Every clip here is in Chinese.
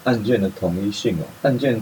案件的统一性案件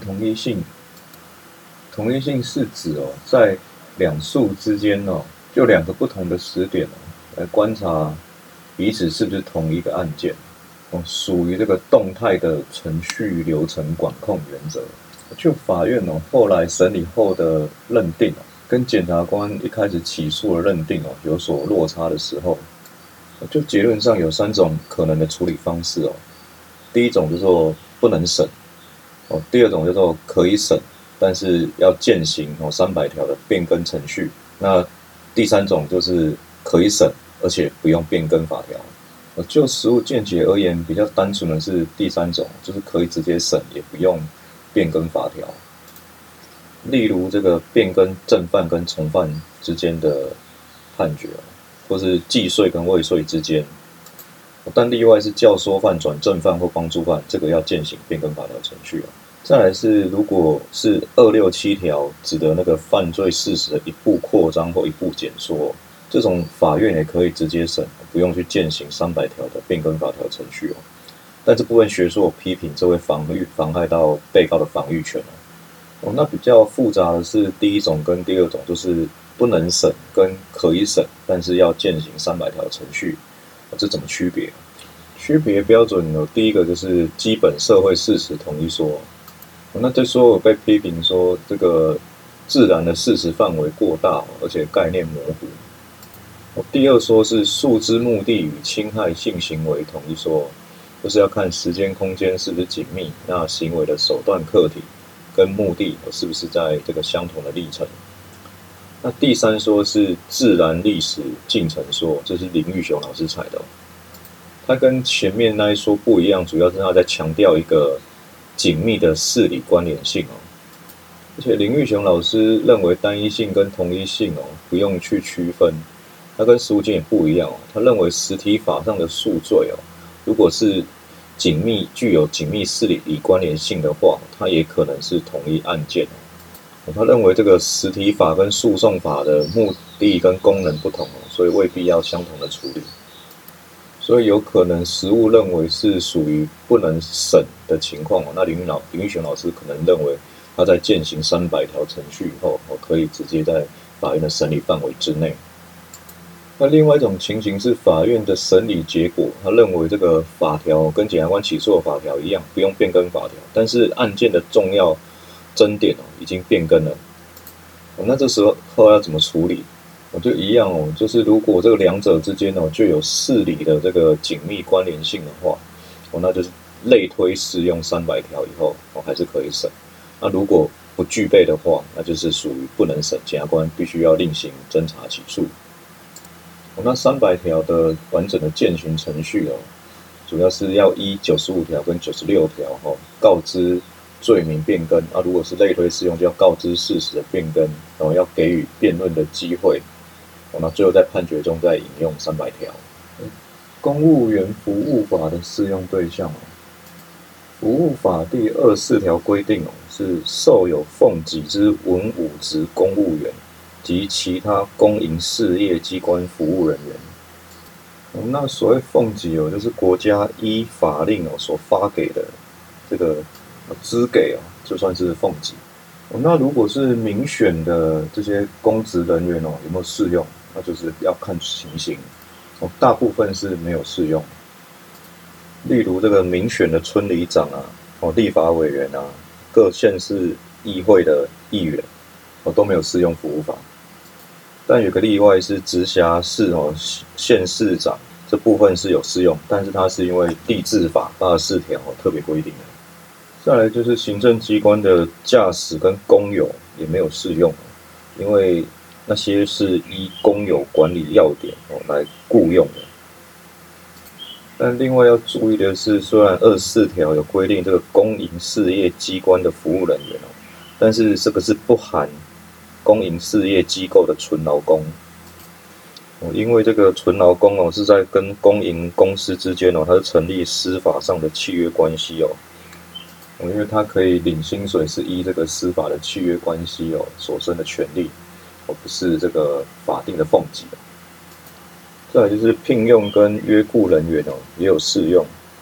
统一性是指在两诉之间就两个不同的时点来观察彼此是不是同一个案件属于这个动态的程序流程管控原则。就法院后来审理后的认定跟检察官一开始起诉的认定有所落差的时候，就结论上有三种可能的处理方式第一种叫做不能审第二种叫做可以审，但是要践行300条的变更程序。那第三种就是可以审，而且不用变更法条。就实务见解而言，比较单纯的是第三种，就是可以直接审，也不用变更法条。例如这个变更正犯跟从犯之间的判决，或是既遂跟未遂之间。但例外是教唆犯转正犯或帮助犯，这个要践行变更法条程序再来是，如果是267条指的那个犯罪事实的一步扩张或一步减缩，这种法院也可以直接审，不用去践行300条的变更法条程序但这部分学说批评这会妨害到被告的防御权那比较复杂的是第一种跟第二种，就是不能审跟可以审，但是要践行300条程序这怎么区别？区别标准有第一个就是基本社会事实统一说那这说我被批评说这个自然的事实范围过大而且概念模糊第二说是诉之目的与侵害性行为统一说，就是要看时间空间是不是紧密，那行为的手段客体跟目的是不是在这个相同的历程。那第三说是自然历史进程说，这是林玉雄老师采的他跟前面那一说不一样，主要是他在强调一个紧密的事理关联性而且林玉雄老师认为单一性跟同一性不用去区分，他跟实务经也不一样他认为实体法上的诉罪如果是具有紧密事理关联性的话，它也可能是同一案件他认为这个实体法跟诉讼法的目的跟功能不同所以未必要相同的处理。所以有可能实务认为是属于不能审的情况那林玉璇老师可能认为他在践行300条程序以后可以直接在法院的审理范围之内。那另外一种情形是法院的审理结果，他认为这个法条跟检察官起诉的法条一样，不用变更法条，但是案件的重要争点已经变更了那这时候要怎么处理？就一样就是如果这个两者之间就有事理的这个紧密关联性的话那就是类推适用300条以后还是可以审。那如果不具备的话，那就是属于不能审，检察官必须要另行侦查起诉那300条的完整的践行程序主要是要依95条跟96条告知罪名变更如果是类推适用，就要告知事实的变更要给予辩论的机会那最后在判决中再引用300条。公务员服务法的适用对象服务法第24条规定是受有俸给之文武职公务员及其他公营事业机关服务人员那所谓俸给就是国家依法令所发给的这个资给就算是俸给那如果是民选的这些公职人员有没有适用？那就是要看情形大部分是没有适用。例如这个民选的村里长立法委员各县市议会的议员都没有适用服务法。但有个例外是直辖市县市长这部分是有适用，但是它是因为地制法84条特别规定的。再来就是行政机关的驾驶跟公有也没有适用，因为那些是依公有管理要点来雇用的。但另外要注意的是，虽然24条有规定这个公营事业机关的服务人员但是这个是不含公营事业机构的纯劳工因为这个纯劳工是在跟公营公司之间它是成立司法上的契约关系因为他可以领薪水是依这个司法的契约关系所生的权利不是这个法定的俸给再来就是聘用跟约雇人员也有适用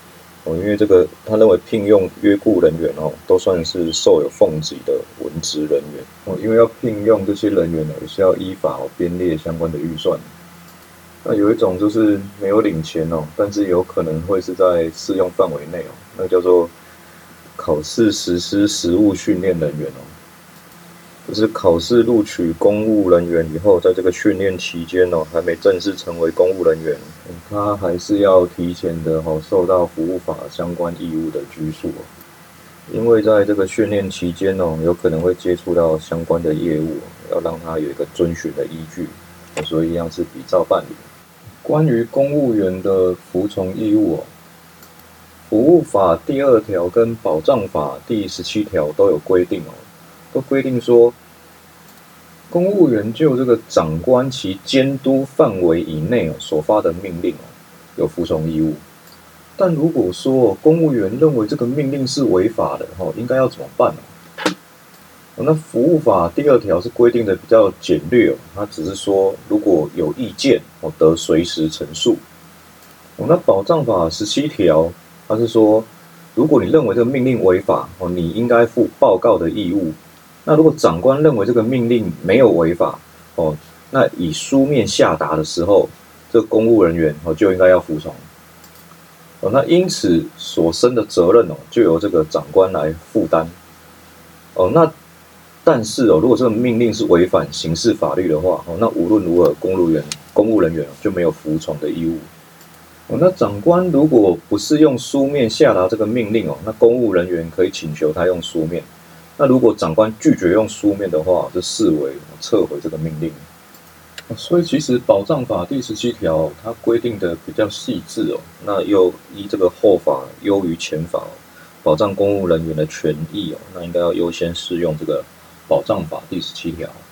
因为这个他认为聘用约雇人员都算是受有俸级的文职人员因为要聘用这些人员也是要依法编列相关的预算。那有一种就是没有领钱但是有可能会是在适用范围内那叫做考试实施实务训练人员就是考试录取公务人员以后，在这个训练期间还没正式成为公务人员，他还是要提前的受到服务法相关义务的拘束因为在这个训练期间有可能会接触到相关的业务要让他有一个遵循的依据所以一样是比照办理。关于公务员的服从义务服务法第2条跟保障法第17条都有规定都规定说，公务员就这个长官其监督范围以内所发的命令有服从义务。但如果说公务员认为这个命令是违法的应该要怎么办那服务法第2条是规定的比较简略它只是说如果有意见得随时陈述。那保障法17条它是说，如果你认为这个命令违法你应该负报告的义务。那如果长官认为这个命令没有违法那以书面下达的时候，这个公务人员就应该要服从那因此所生的责任就由这个长官来负担那但是如果这个命令是违反刑事法律的话那无论如何公务人员就没有服从的义务那长官如果不是用书面下达这个命令那公务人员可以请求他用书面。那如果长官拒绝用书面的话，就视为撤回这个命令。所以其实保障法第17条它规定的比较细致那又依这个后法优于前法保障公务人员的权益那应该要优先适用这个保障法第17条。